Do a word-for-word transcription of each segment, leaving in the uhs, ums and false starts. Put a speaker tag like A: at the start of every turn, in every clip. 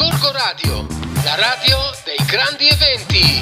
A: Gorgo Radio, la radio dei grandi eventi.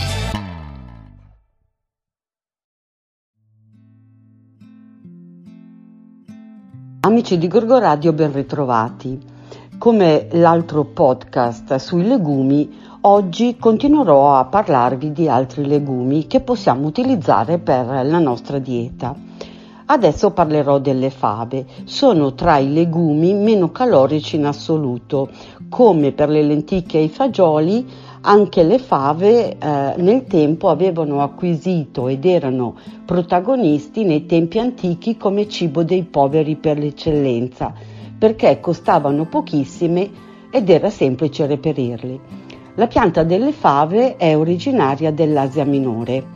B: Amici di Gorgo Radio, ben ritrovati. Come l'altro podcast sui legumi, oggi continuerò a parlarvi di altri legumi che possiamo utilizzare per la nostra dieta. Adesso parlerò delle fave. Sono tra i legumi meno calorici in assoluto. Come per le lenticchie e i fagioli, anche le fave eh, nel tempo avevano acquisito ed erano protagonisti nei tempi antichi come cibo dei poveri per l'eccellenza, perché costavano pochissime ed era semplice reperirli. La pianta delle fave è originaria dell'Asia Minore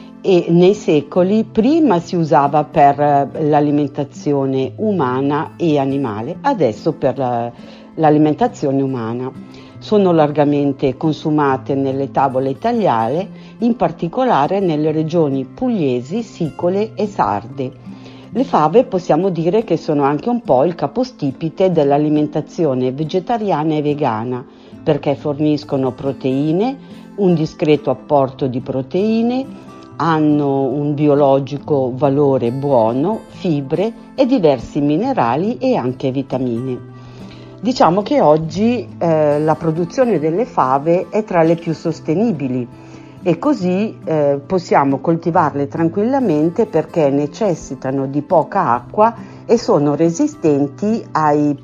B: e nei secoli prima si usava per l'alimentazione umana e animale, adesso per la, l'alimentazione umana. Sono largamente consumate nelle tavole italiane, in particolare nelle regioni pugliesi, sicole e sarde. Le fave possiamo dire che sono anche un po' il capostipite dell'alimentazione vegetariana e vegana, perché forniscono proteine, un discreto apporto di proteine, hanno un biologico valore buono, fibre e diversi minerali e anche vitamine. Diciamo che oggi eh, la produzione delle fave è tra le più sostenibili e così eh, possiamo coltivarle tranquillamente perché necessitano di poca acqua e sono resistenti ai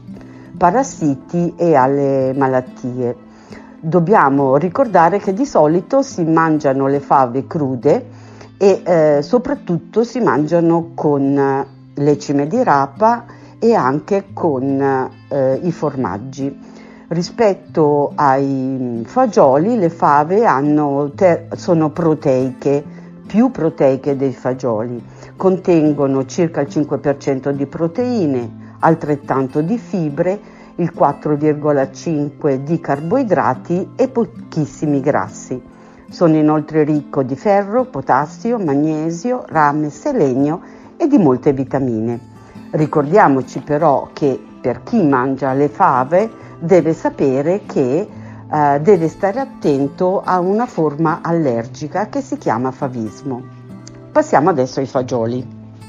B: parassiti e alle malattie. Dobbiamo ricordare che di solito si mangiano le fave crude e eh, soprattutto si mangiano con le cime di rapa e anche con eh, i formaggi. Rispetto ai fagioli, le fave hanno te- sono proteiche, più proteiche dei fagioli. Contengono circa il cinque per cento di proteine, altrettanto di fibre, il quattro virgola cinque di carboidrati e pochissimi grassi. Sono inoltre ricco di ferro, potassio, magnesio, rame, selenio e di molte vitamine. Ricordiamoci però che per chi mangia le fave deve sapere che eh, deve stare attento a una forma allergica che si chiama favismo. Passiamo adesso ai fagioli.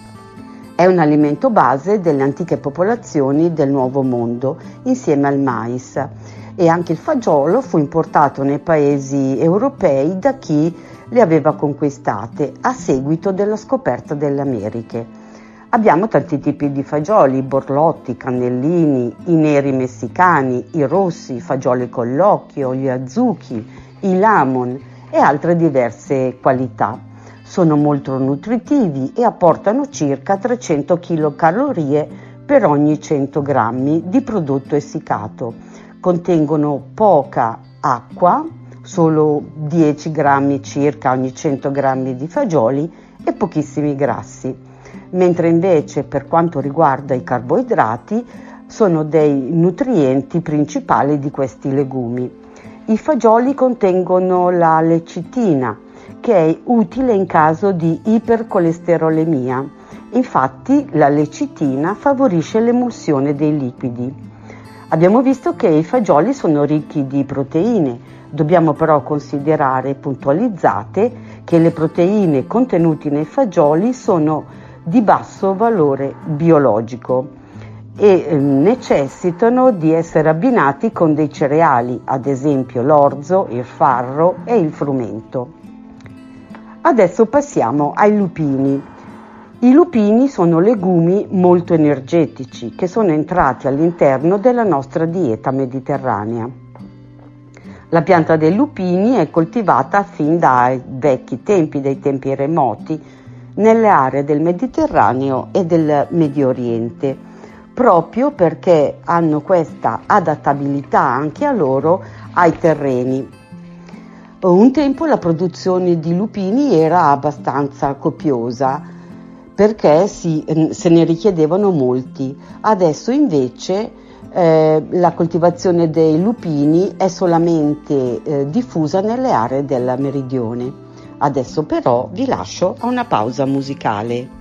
B: È un alimento base delle antiche popolazioni del Nuovo Mondo, insieme al mais, e anche il fagiolo fu importato nei paesi europei da chi le aveva conquistate a seguito della scoperta delle Americhe. Abbiamo tanti tipi di fagioli, i borlotti, i cannellini, i neri messicani, i rossi, i fagioli con l'occhio, gli azuchi, i lamon e altre diverse qualità. Sono molto nutritivi e apportano circa trecento chilocalorie per ogni cento grammi di prodotto essiccato. Contengono poca acqua, solo dieci grammi circa ogni cento grammi di fagioli e pochissimi grassi, mentre invece per quanto riguarda i carboidrati sono dei nutrienti principali di questi legumi. I fagioli contengono la lecitina, che è utile in caso di ipercolesterolemia. Infatti la lecitina favorisce l'emulsione dei liquidi. Abbiamo visto che i fagioli sono ricchi di proteine, dobbiamo però considerare puntualizzate che le proteine contenute nei fagioli sono di basso valore biologico e eh, necessitano di essere abbinati con dei cereali, ad esempio l'orzo, il farro e il frumento. Adesso passiamo ai lupini. I lupini sono legumi molto energetici che sono entrati all'interno della nostra dieta mediterranea. La pianta dei lupini è coltivata fin dai vecchi tempi, dai tempi remoti, nelle aree del Mediterraneo e del Medio Oriente, proprio perché hanno questa adattabilità anche a loro ai terreni. Un tempo la produzione di lupini era abbastanza copiosa, perché si, se ne richiedevano molti. Adesso invece eh, la coltivazione dei lupini è solamente eh, diffusa nelle aree del meridione. Adesso però vi lascio a una pausa musicale.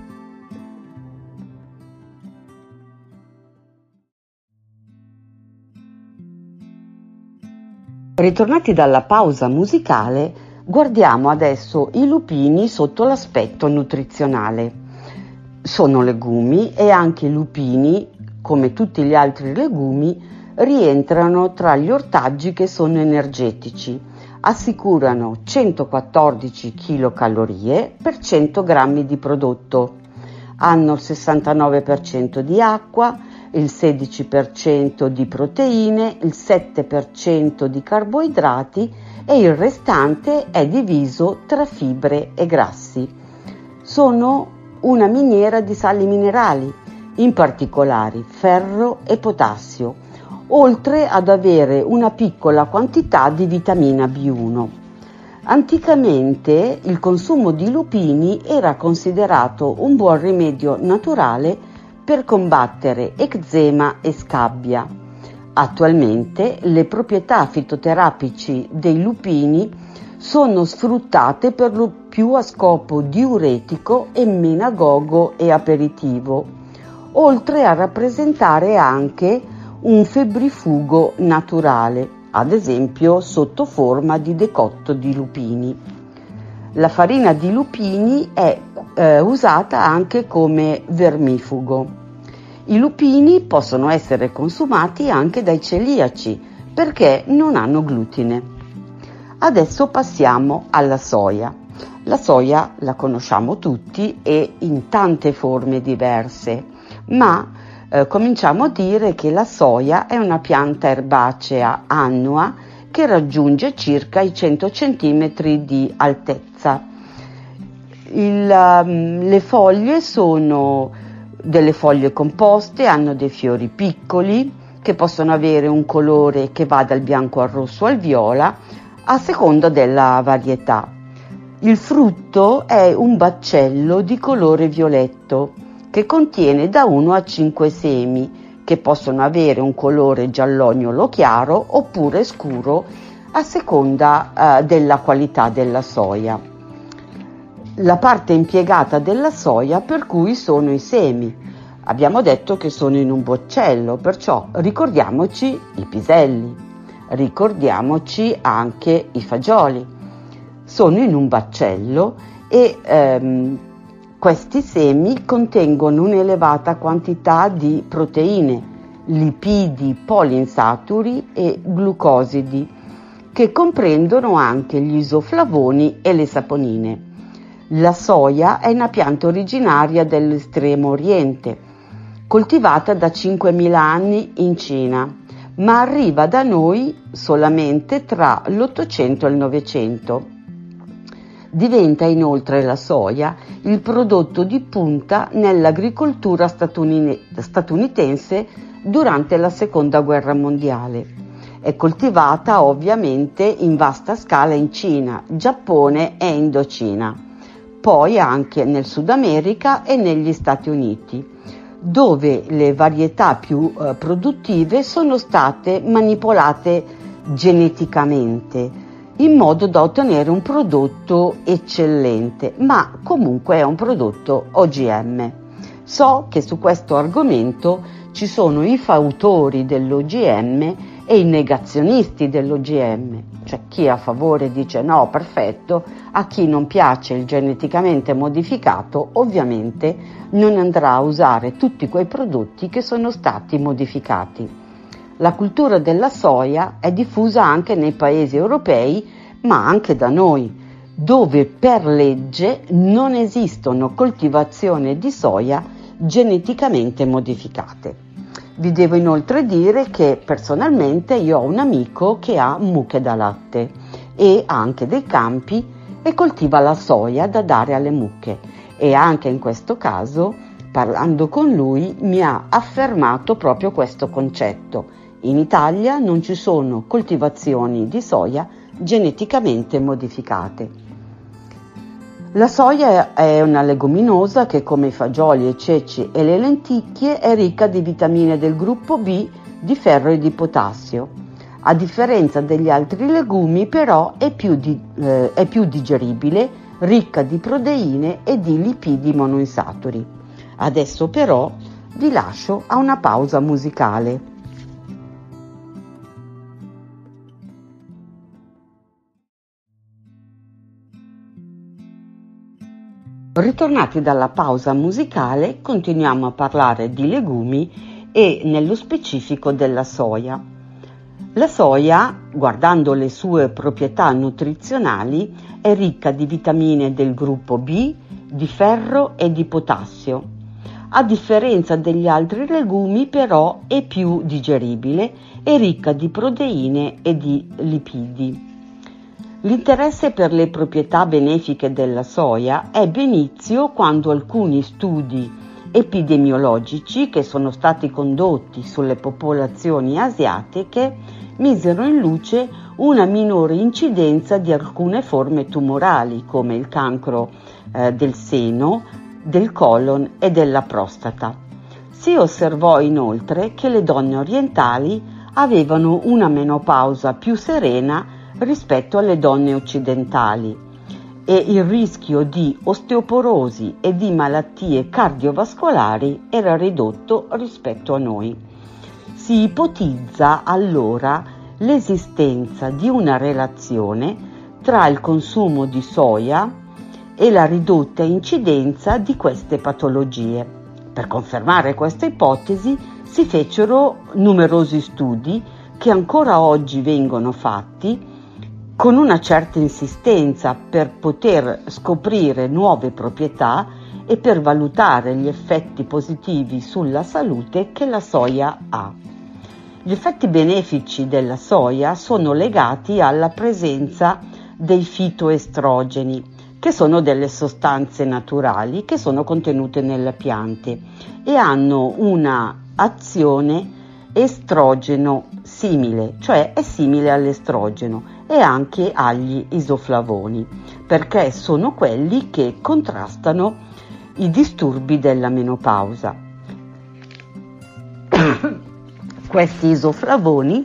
B: Ritornati dalla pausa musicale, guardiamo adesso i lupini sotto l'aspetto nutrizionale. Sono legumi e anche i lupini, come tutti gli altri legumi, rientrano tra gli ortaggi che sono energetici. Assicurano centoquattordici chilocalorie per cento grammi di prodotto. Hanno il sessantanove per cento di acqua, il sedici per cento di proteine, il sette per cento di carboidrati e il restante è diviso tra fibre e grassi. Sono una miniera di sali minerali, in particolare ferro e potassio, oltre ad avere una piccola quantità di vitamina B uno. Anticamente il consumo di lupini era considerato un buon rimedio naturale per combattere eczema e scabbia. Attualmente le proprietà fitoterapici dei lupini sono sfruttate per lo più a scopo diuretico, emmenagogo e aperitivo, oltre a rappresentare anche un febbrifugo naturale, ad esempio sotto forma di decotto di lupini. La farina di lupini è eh, usata anche come vermifugo. I lupini possono essere consumati anche dai celiaci perché non hanno glutine. Adesso passiamo alla soia. La soia la conosciamo tutti e in tante forme diverse, ma eh, cominciamo a dire che la soia è una pianta erbacea annua che raggiunge circa i cento centimetri di altezza. Il, um, le foglie sono delle foglie composte, hanno dei fiori piccoli che possono avere un colore che va dal bianco al rosso al viola a seconda della varietà. Il frutto è un baccello di colore violetto che contiene da uno a cinque semi che possono avere un colore giallognolo chiaro oppure scuro a seconda eh, della qualità della soia. La parte impiegata della soia per cui sono i semi. Abbiamo detto che sono in un boccello, perciò ricordiamoci i piselli, ricordiamoci anche i fagioli. Sono in un baccello e ehm, questi semi contengono un'elevata quantità di proteine, lipidi poliinsaturi e glucosidi, che comprendono anche gli isoflavoni e le saponine. La soia è una pianta originaria dell'Estremo Oriente, coltivata da cinquemila anni in Cina, ma arriva da noi solamente tra l'Ottocento e il Novecento. Diventa inoltre la soia il prodotto di punta nell'agricoltura statunitense durante la Seconda Guerra Mondiale. È coltivata ovviamente in vasta scala in Cina, Giappone e Indocina, poi anche nel Sud America e negli Stati Uniti, dove le varietà più eh, produttive sono state manipolate geneticamente in modo da ottenere un prodotto eccellente, ma comunque è un prodotto O G M. So che su questo argomento ci sono i fautori dell'O G M e i negazionisti dell'O G M, cioè chi è a favore dice no, perfetto, a chi non piace il geneticamente modificato ovviamente non andrà a usare tutti quei prodotti che sono stati modificati. La cultura della soia è diffusa anche nei paesi europei, ma anche da noi, dove per legge non esistono coltivazioni di soia geneticamente modificate. Vi devo inoltre dire che personalmente io ho un amico che ha mucche da latte e ha anche dei campi e coltiva la soia da dare alle mucche, e anche in questo caso, parlando con lui, mi ha affermato proprio questo concetto. In Italia non ci sono coltivazioni di soia geneticamente modificate. La soia è una leguminosa che, come i fagioli, i ceci e le lenticchie, è ricca di vitamine del gruppo B, di ferro e di potassio. A differenza degli altri legumi, però, è più, di, eh, è più digeribile, ricca di proteine e di lipidi monoinsaturi. Adesso però vi lascio a una pausa musicale. Ritornati dalla pausa musicale, continuiamo a parlare di legumi e nello specifico della soia. La soia, guardando le sue proprietà nutrizionali, è ricca di vitamine del gruppo B, di ferro e di potassio. A differenza degli altri legumi, però, è più digeribile e ricca di proteine e di lipidi. L'interesse per le proprietà benefiche della soia ebbe inizio quando alcuni studi epidemiologici che sono stati condotti sulle popolazioni asiatiche misero in luce una minore incidenza di alcune forme tumorali come il cancro eh, del seno, del colon e della prostata. Si osservò inoltre che le donne orientali avevano una menopausa più serena rispetto alle donne occidentali e il rischio di osteoporosi e di malattie cardiovascolari era ridotto rispetto a noi. Si ipotizza allora l'esistenza di una relazione tra il consumo di soia e la ridotta incidenza di queste patologie. Per confermare questa ipotesi si fecero numerosi studi che ancora oggi vengono fatti con una certa insistenza per poter scoprire nuove proprietà e per valutare gli effetti positivi sulla salute che la soia ha. Gli effetti benefici della soia sono legati alla presenza dei fitoestrogeni, che sono delle sostanze naturali che sono contenute nelle piante e hanno una azione estrogeno simile, cioè è simile all'estrogeno e anche agli isoflavoni, perché sono quelli che contrastano i disturbi della menopausa. Questi isoflavoni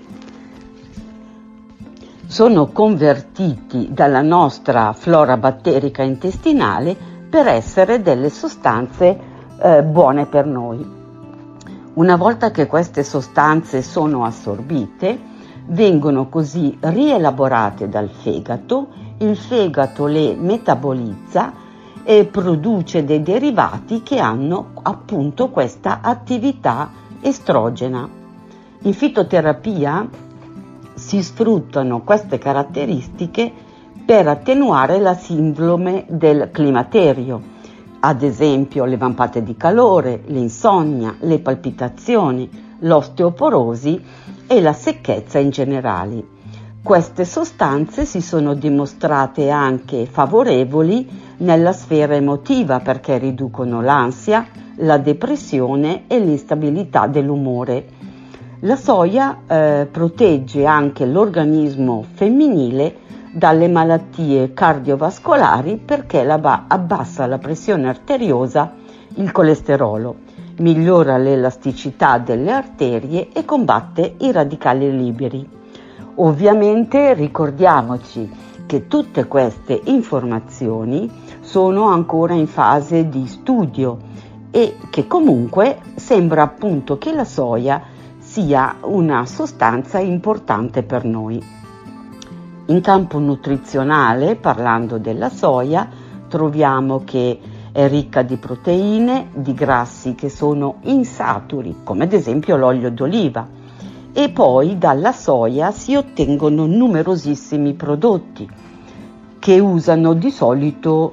B: sono convertiti dalla nostra flora batterica intestinale per essere delle sostanze eh, buone per noi. Una volta che queste sostanze sono assorbite, vengono così rielaborate dal fegato, il fegato le metabolizza e produce dei derivati che hanno appunto questa attività estrogena. In fitoterapia si sfruttano queste caratteristiche per attenuare la sindrome del climaterio, ad esempio le vampate di calore, l'insonnia, le palpitazioni, l'osteoporosi e la secchezza in generale. Queste sostanze si sono dimostrate anche favorevoli nella sfera emotiva perché riducono l'ansia, la depressione e l'instabilità dell'umore. La soia eh, protegge anche l'organismo femminile dalle malattie cardiovascolari perché la ba- abbassa la pressione arteriosa, il colesterolo, migliora l'elasticità delle arterie e combatte i radicali liberi. Ovviamente ricordiamoci che tutte queste informazioni sono ancora in fase di studio e che comunque sembra appunto che la soia sia una sostanza importante per noi. In campo nutrizionale, parlando della soia, troviamo che è ricca di proteine, di grassi che sono insaturi, come ad esempio l'olio d'oliva, e poi dalla soia si ottengono numerosissimi prodotti che usano di solito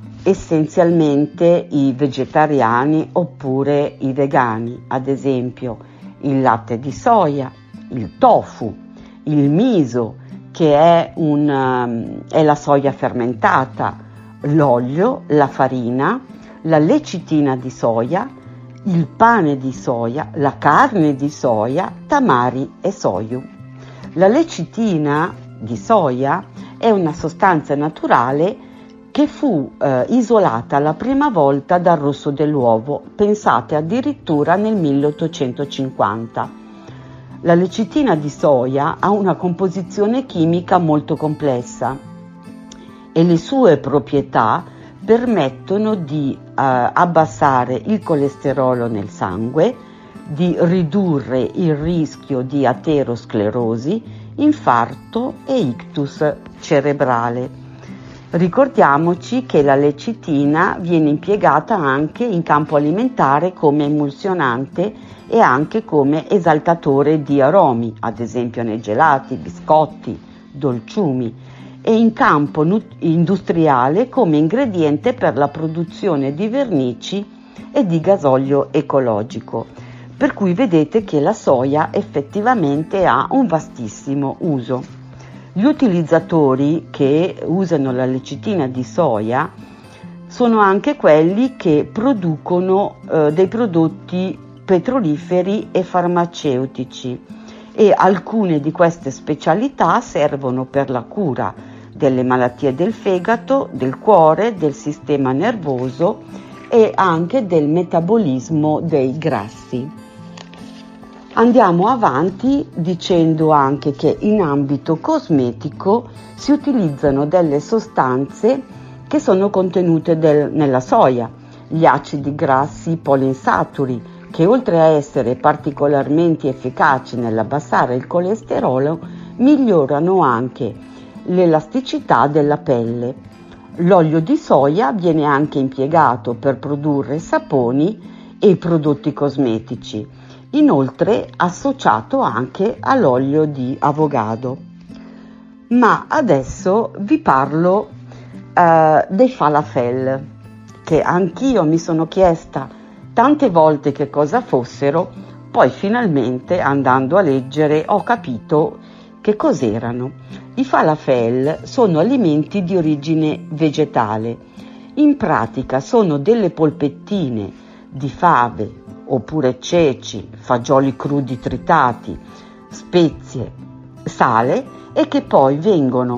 B: essenzialmente i vegetariani oppure i vegani, ad esempio il latte di soia, il tofu, il miso, che è, un, è la soia fermentata, l'olio, la farina, la lecitina di soia, il pane di soia, la carne di soia, tamari e soju. La lecitina di soia è una sostanza naturale che fu eh, isolata la prima volta dal rosso dell'uovo, pensate addirittura nel milleottocentocinquanta. La lecitina di soia ha una composizione chimica molto complessa e le sue proprietà permettono di eh, abbassare il colesterolo nel sangue, di ridurre il rischio di aterosclerosi, infarto e ictus cerebrale. Ricordiamoci che la lecitina viene impiegata anche in campo alimentare come emulsionante e anche come esaltatore di aromi, ad esempio nei gelati, biscotti, dolciumi, e in campo nut- industriale come ingrediente per la produzione di vernici e di gasolio ecologico. Per cui vedete che la soia effettivamente ha un vastissimo uso. Gli utilizzatori che usano la lecitina di soia sono anche quelli che producono eh, dei prodotti petroliferi e farmaceutici, e alcune di queste specialità servono per la cura delle malattie del fegato, del cuore, del sistema nervoso e anche del metabolismo dei grassi. Andiamo avanti dicendo anche che in ambito cosmetico si utilizzano delle sostanze che sono contenute del, nella soia, gli acidi grassi poliinsaturi, che oltre a essere particolarmente efficaci nell'abbassare il colesterolo, migliorano anche l'elasticità della pelle. L'olio di soia viene anche impiegato per produrre saponi e prodotti cosmetici, inoltre associato anche all'olio di avogado. Ma adesso vi parlo eh, dei falafel, che anch'io mi sono chiesta tante volte che cosa fossero, poi finalmente andando a leggere ho capito che cos'erano. I falafel sono alimenti di origine vegetale. In pratica sono delle polpettine di fave oppure ceci, fagioli crudi tritati, spezie, sale, e che poi vengono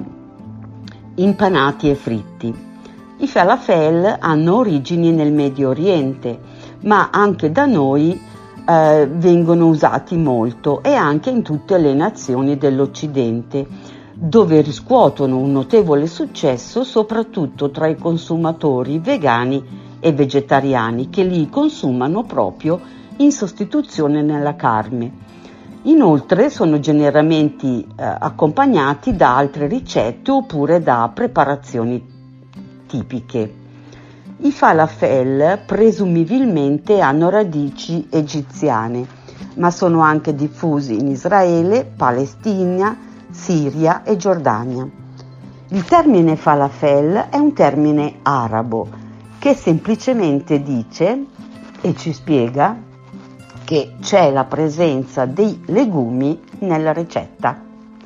B: impanati e fritti. I falafel hanno origini nel Medio Oriente, ma anche da noi eh, vengono usati molto, e anche in tutte le nazioni dell'Occidente, dove riscuotono un notevole successo soprattutto tra i consumatori vegani e vegetariani, che li consumano proprio in sostituzione nella carne. Inoltre sono generalmente eh, accompagnati da altre ricette oppure da preparazioni tipiche. I falafel presumibilmente hanno radici egiziane, ma sono anche diffusi in Israele, Palestina, Siria e Giordania. Il termine falafel è un termine arabo che semplicemente dice e ci spiega che c'è la presenza dei legumi nella ricetta.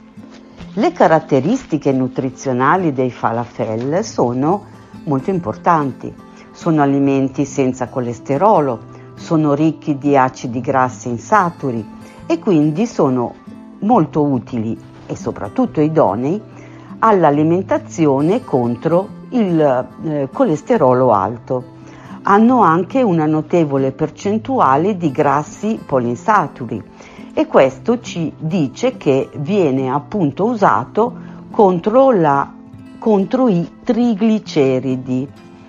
B: Le caratteristiche nutrizionali dei falafel sono molto importanti. Sono alimenti senza colesterolo, sono ricchi di acidi grassi insaturi e quindi sono molto utili e soprattutto idonei all'alimentazione contro il eh, colesterolo alto. Hanno anche una notevole percentuale di grassi poliinsaturi, e questo ci dice che viene appunto usato contro, la, contro i trigliceridi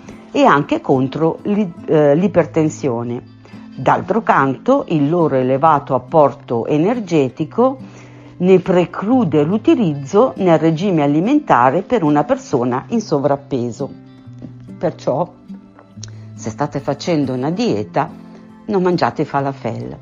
B: e anche contro l'ipertensione. D'altro canto, il loro elevato apporto energetico ne preclude l'utilizzo nel regime alimentare per una persona in sovrappeso. Perciò, se state facendo una dieta, non mangiate falafel.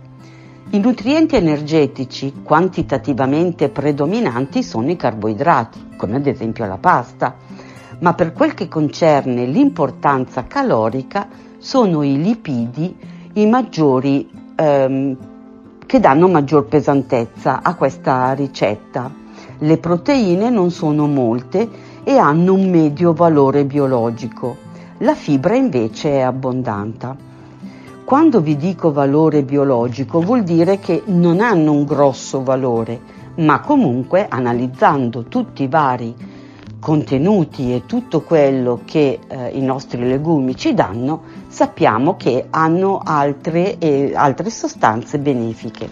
B: I nutrienti energetici quantitativamente predominanti sono i carboidrati, come ad esempio la pasta, ma per quel che concerne l'importanza calorica sono i lipidi i maggiori ehm, che danno maggior pesantezza a questa ricetta. Le proteine non sono molte e hanno un medio valore biologico. La fibra invece è abbondante. Quando vi dico valore biologico vuol dire che non hanno un grosso valore, ma comunque analizzando tutti i vari contenuti e tutto quello che eh, i nostri legumi ci danno, sappiamo che hanno altre, eh, altre sostanze benefiche.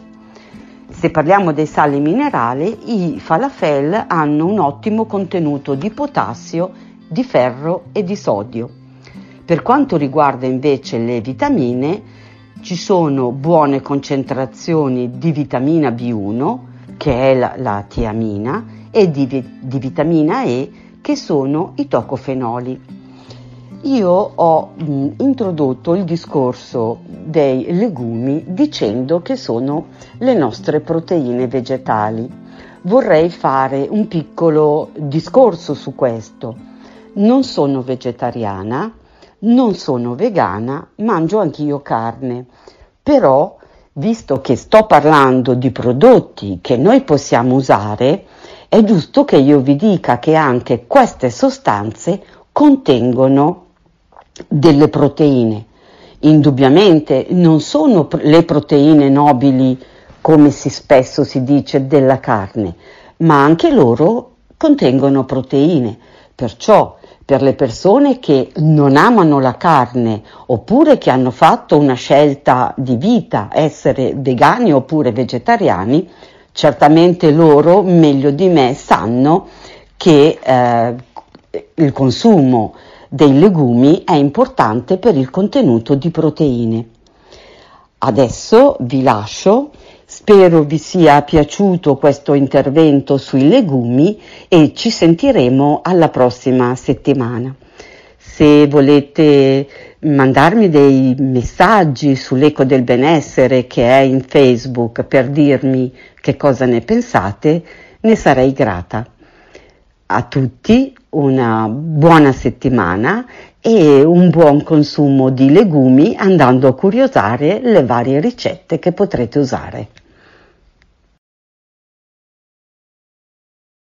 B: Se parliamo dei sali minerali, i falafel hanno un ottimo contenuto di potassio, di ferro e di sodio. Per quanto riguarda invece le vitamine, ci sono buone concentrazioni di vitamina B uno, che è la, la tiamina, e di, di vitamina E, che sono i tocofenoli. Io ho mh, introdotto il discorso dei legumi dicendo che sono le nostre proteine vegetali. Vorrei fare un piccolo discorso su questo. Non sono vegetariana, non sono vegana, mangio anch'io carne, però visto che sto parlando di prodotti che noi possiamo usare, è giusto che io vi dica che anche queste sostanze contengono delle proteine. Indubbiamente non sono le proteine nobili, come si spesso si dice, della carne, ma anche loro contengono proteine. Perciò per le persone che non amano la carne oppure che hanno fatto una scelta di vita, essere vegani oppure vegetariani, certamente loro meglio di me sanno che eh, il consumo dei legumi è importante per il contenuto di proteine. Adesso vi lascio, spero vi sia piaciuto questo intervento sui legumi e ci sentiremo alla prossima settimana. Se volete mandarmi dei messaggi sull'Eco del Benessere che è in Facebook per dirmi che cosa ne pensate, ne sarei grata. A tutti una buona settimana e un buon consumo di legumi, andando a curiosare le varie ricette che potrete usare.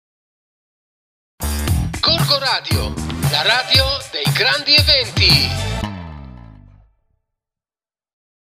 A: Gorgo Radio, la radio dei grandi eventi.